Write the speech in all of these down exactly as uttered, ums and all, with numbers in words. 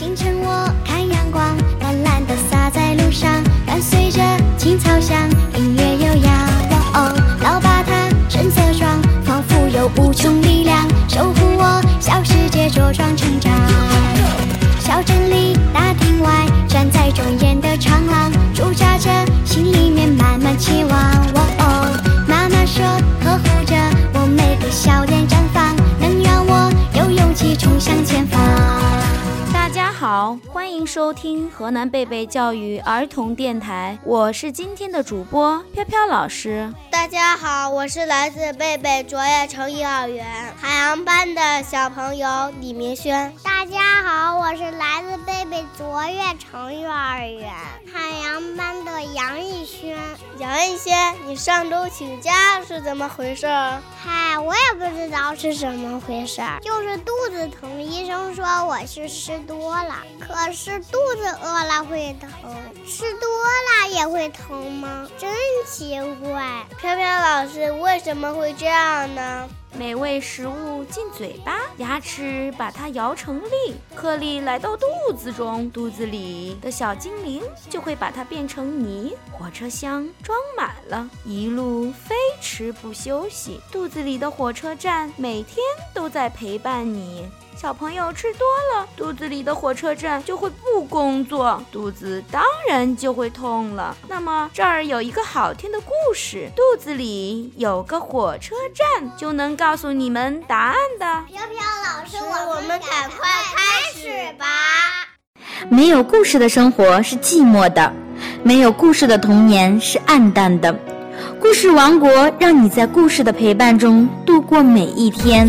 清晨我看阳光蓝蓝的洒在路上，伴随着青草香，音乐悠扬。哦哦，老爸他神色壮，仿佛有无穷力量，守护我小世界茁壮成长。小镇里大厅外站在庄严的长廊，驻扎着心里面满满期望。哦哦，妈妈说呵护着我每个笑脸绽放，能让我有勇气冲向前方。 大家好，欢迎收听河南贝贝教育儿童电台，我是今天的主播飘飘老师。 大家好，我是来自贝贝卓越城幼儿园海洋班的小朋友李明轩。 大家好，我是来自贝贝卓越城幼儿园海洋班的杨逸轩。 杨逸轩，你上周请假是怎么回事？ 嗨，我也不知道是怎么回事，就是肚子疼，医生说我是吃多了，可是肚子饿了会疼，吃多了也会疼吗？真奇怪。 飘飘老师，为什么会这样呢？ 美味食物进嘴巴，牙齿把它摇成粒，颗粒来到肚子中，肚子里的小精灵就会把它变成泥。火车厢装满了，一路飞驰不休息，肚子里的火车站每天都在陪伴你。小朋友吃多了，肚子里的火车站就会不工作，肚子当然就会痛了。那么这儿有一个好听的故事，肚子里有个火车站，就能告诉你们答案的。 飘飘老师， 我们赶快开始吧。 没有故事的生活是寂寞的，没有故事的童年是暗淡的。故事王国让你在故事的陪伴中度过每一天。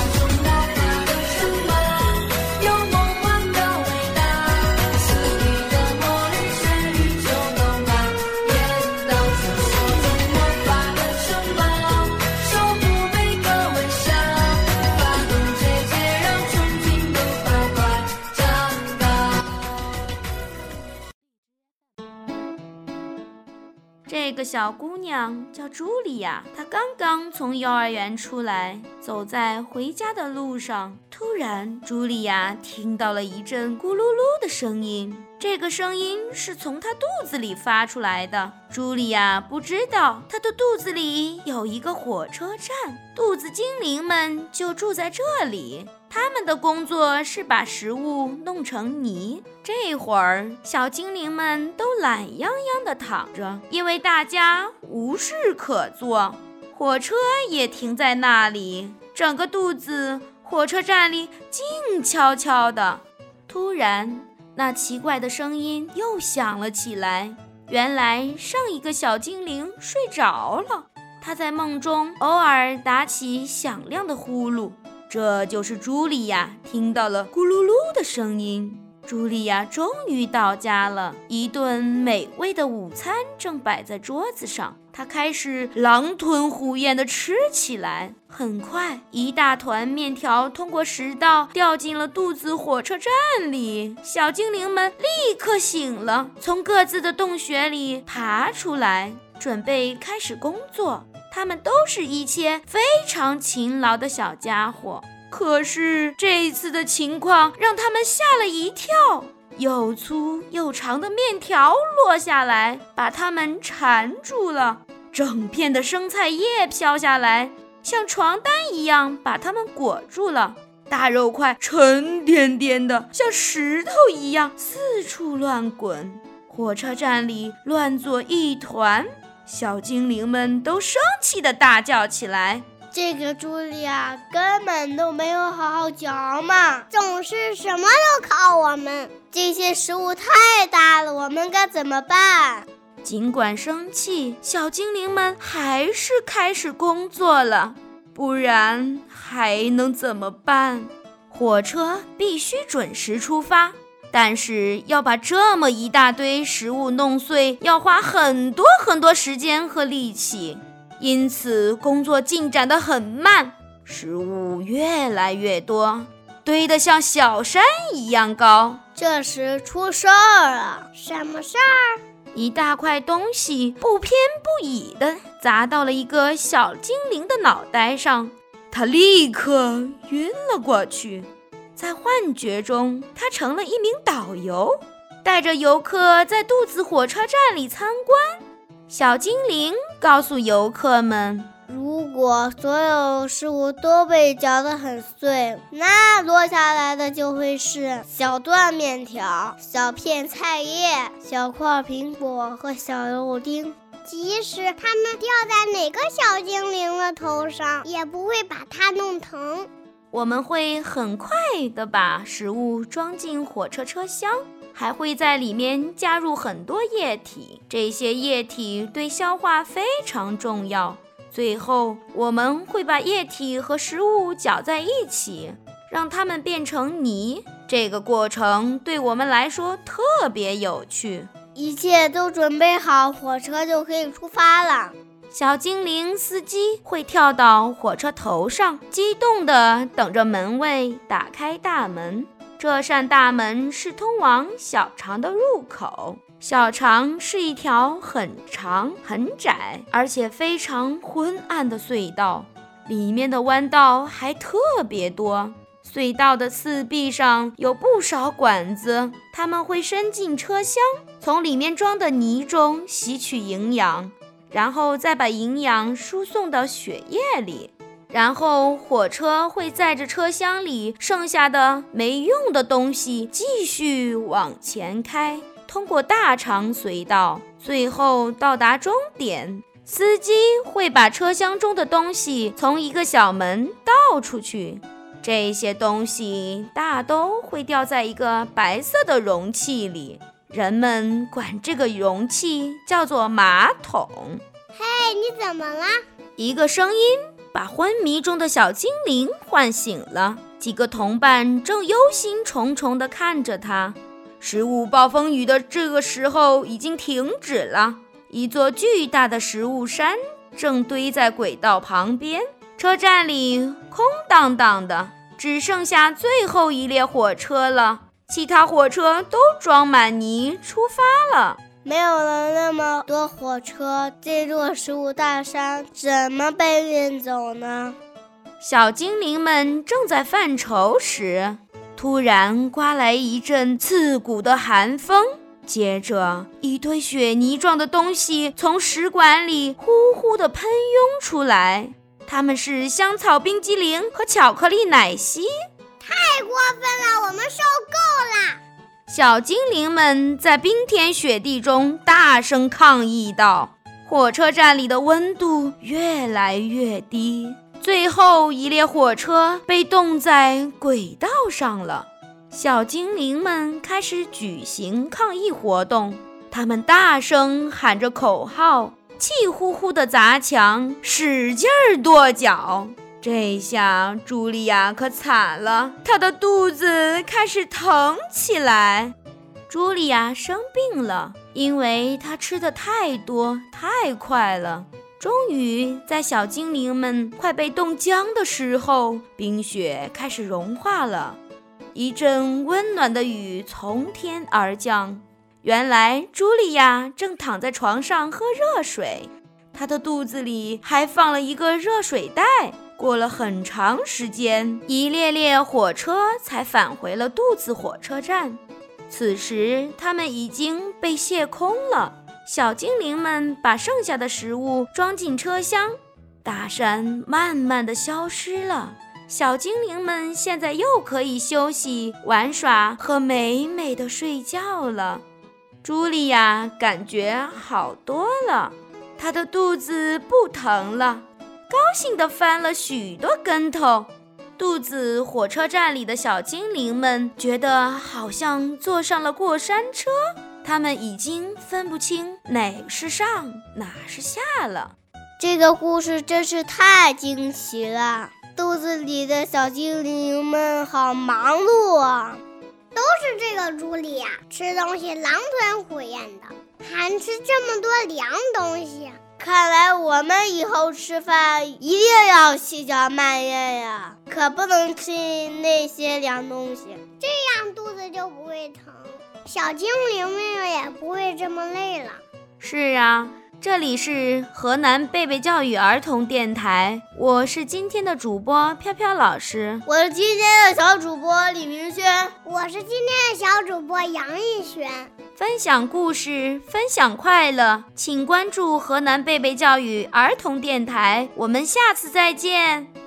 这个小姑娘叫茱莉亚，她刚刚从幼儿园出来，走在回家的路上，突然茱莉亚听到了一阵咕噜噜的声音，这个声音是从她肚子里发出来的。茱莉亚不知道她的肚子里有一个火车站，肚子精灵们就住在这里，他们的工作是把食物弄成泥。这会儿小精灵们都懒洋洋地躺着，因为大家无事可做。火车也停在那里，整个肚子火车站里静悄悄的。突然那奇怪的声音又响了起来，原来上一个小精灵睡着了，他在梦中偶尔打起响亮的呼噜，这就是茱莉亚听到了咕噜噜的声音。茱莉亚终于到家了，一顿美味的午餐正摆在桌子上，她开始狼吞虎咽地吃起来。很快，一大团面条通过食道掉进了肚子火车站里，小精灵们立刻醒了，从各自的洞穴里爬出来，准备开始工作。他们都是一些非常勤劳的小家伙，可是这一次的情况让他们吓了一跳，又粗又长的面条落下来，把他们缠住了，整片的生菜叶飘下来，像床单一样把他们裹住了，大肉块沉甸甸的，像石头一样四处乱滚，火车站里乱作一团。小精灵们都生气地大叫起来， 这个茱莉亚根本都没有好好嚼嘛， 总是什么都考我们， 这些食物太大了，我们该怎么办？ 尽管生气，小精灵们还是开始工作了，不然还能怎么办？火车必须准时出发，但是要把这么一大堆食物弄碎，要花很多很多时间和力气，因此工作进展得很慢，食物越来越多，堆得像小山一样高。 这时出事儿了。 什么事儿？ 一大块东西不偏不倚地砸到了一个小精灵的脑袋上，他立刻晕了过去。 在幻觉中，他成了一名导游，带着游客在肚子火车站里参观。小精灵告诉游客们， 如果所有食物都被嚼得很碎，那落下来的就会是小段面条、小片菜叶、小块苹果和小肉丁。 即使它们掉在哪个小精灵的头上，也不会把它弄疼。 我们会很快地把食物装进火车车厢，还会在里面加入很多液体，这些液体对消化非常重要。最后，我们会把液体和食物搅在一起，让它们变成泥。这个过程对我们来说特别有趣。 一切都准备好，火车就可以出发了。 小精灵司机会跳到火车头上，激动地等着门卫打开大门。这扇大门是通往小肠的入口。小肠是一条很长、很窄，而且非常昏暗的隧道，里面的弯道还特别多。隧道的四壁上有不少管子，它们会伸进车厢，从里面装的泥中吸取营养，然后再把营养输送到血液里。然后火车会载着车厢里剩下的没用的东西继续往前开，通过大肠隧道，最后到达终点。司机会把车厢中的东西从一个小门倒出去，这些东西大都会掉在一个白色的容器里，人们管这个容器叫做马桶。 嘿，你怎么了？ 一个声音把昏迷中的小精灵唤醒了，几个同伴正忧心忡忡地看着他。食物暴风雨的这个时候已经停止了，一座巨大的食物山正堆在轨道旁边。车站里空荡荡的，只剩下最后一列火车了，其他火车都装满泥出发了。 没有了那么多火车，这座食物大山怎么被运走呢？ 小精灵们正在犯愁时，突然刮来一阵刺骨的寒风，接着一堆雪泥状的东西从食管里呼呼地喷涌出来，它们是香草冰激凌和巧克力奶昔。 太过分了，我们受够了！ 小精灵们在冰天雪地中大声抗议道。火车站里的温度越来越低，最后一列火车被冻在轨道上了。小精灵们开始举行抗议活动，他们大声喊着口号，气呼呼地砸墙，使劲儿跺脚。这下茱莉亚可惨了，她的肚子开始疼起来。茱莉亚生病了，因为她吃得太多太快了。终于在小精灵们快被冻僵的时候，冰雪开始融化了，一阵温暖的雨从天而降。原来茱莉亚正躺在床上喝热水，她的肚子里还放了一个热水袋。过了很长时间，一列列火车才返回了肚子火车站。此时它们已经被卸空了，小精灵们把剩下的食物装进车厢，大山慢慢地消失了。小精灵们现在又可以休息、玩耍和美美地睡觉了。茱莉亚感觉好多了，她的肚子不疼了，高兴地翻了许多跟头。肚子火车站里的小精灵们觉得好像坐上了过山车，他们已经分不清哪是上哪是下了。 这个故事真是太惊奇了，肚子里的小精灵们好忙碌啊！ 都是这个茱莉亚，吃东西狼吞虎咽的，还吃这么多凉东西。 看来我们以后吃饭一定要细嚼慢咽呀，可不能吃那些凉东西， 这样肚子就不会疼，小精灵们也不会这么累了。 是啊， 这里是河南贝贝教育儿童电台，我是今天的主播飘飘老师， 我是今天的小主播李明轩， 我是今天的小主播杨逸璇。 分享故事，分享快乐，请关注河南贝贝教育儿童电台，我们下次再见。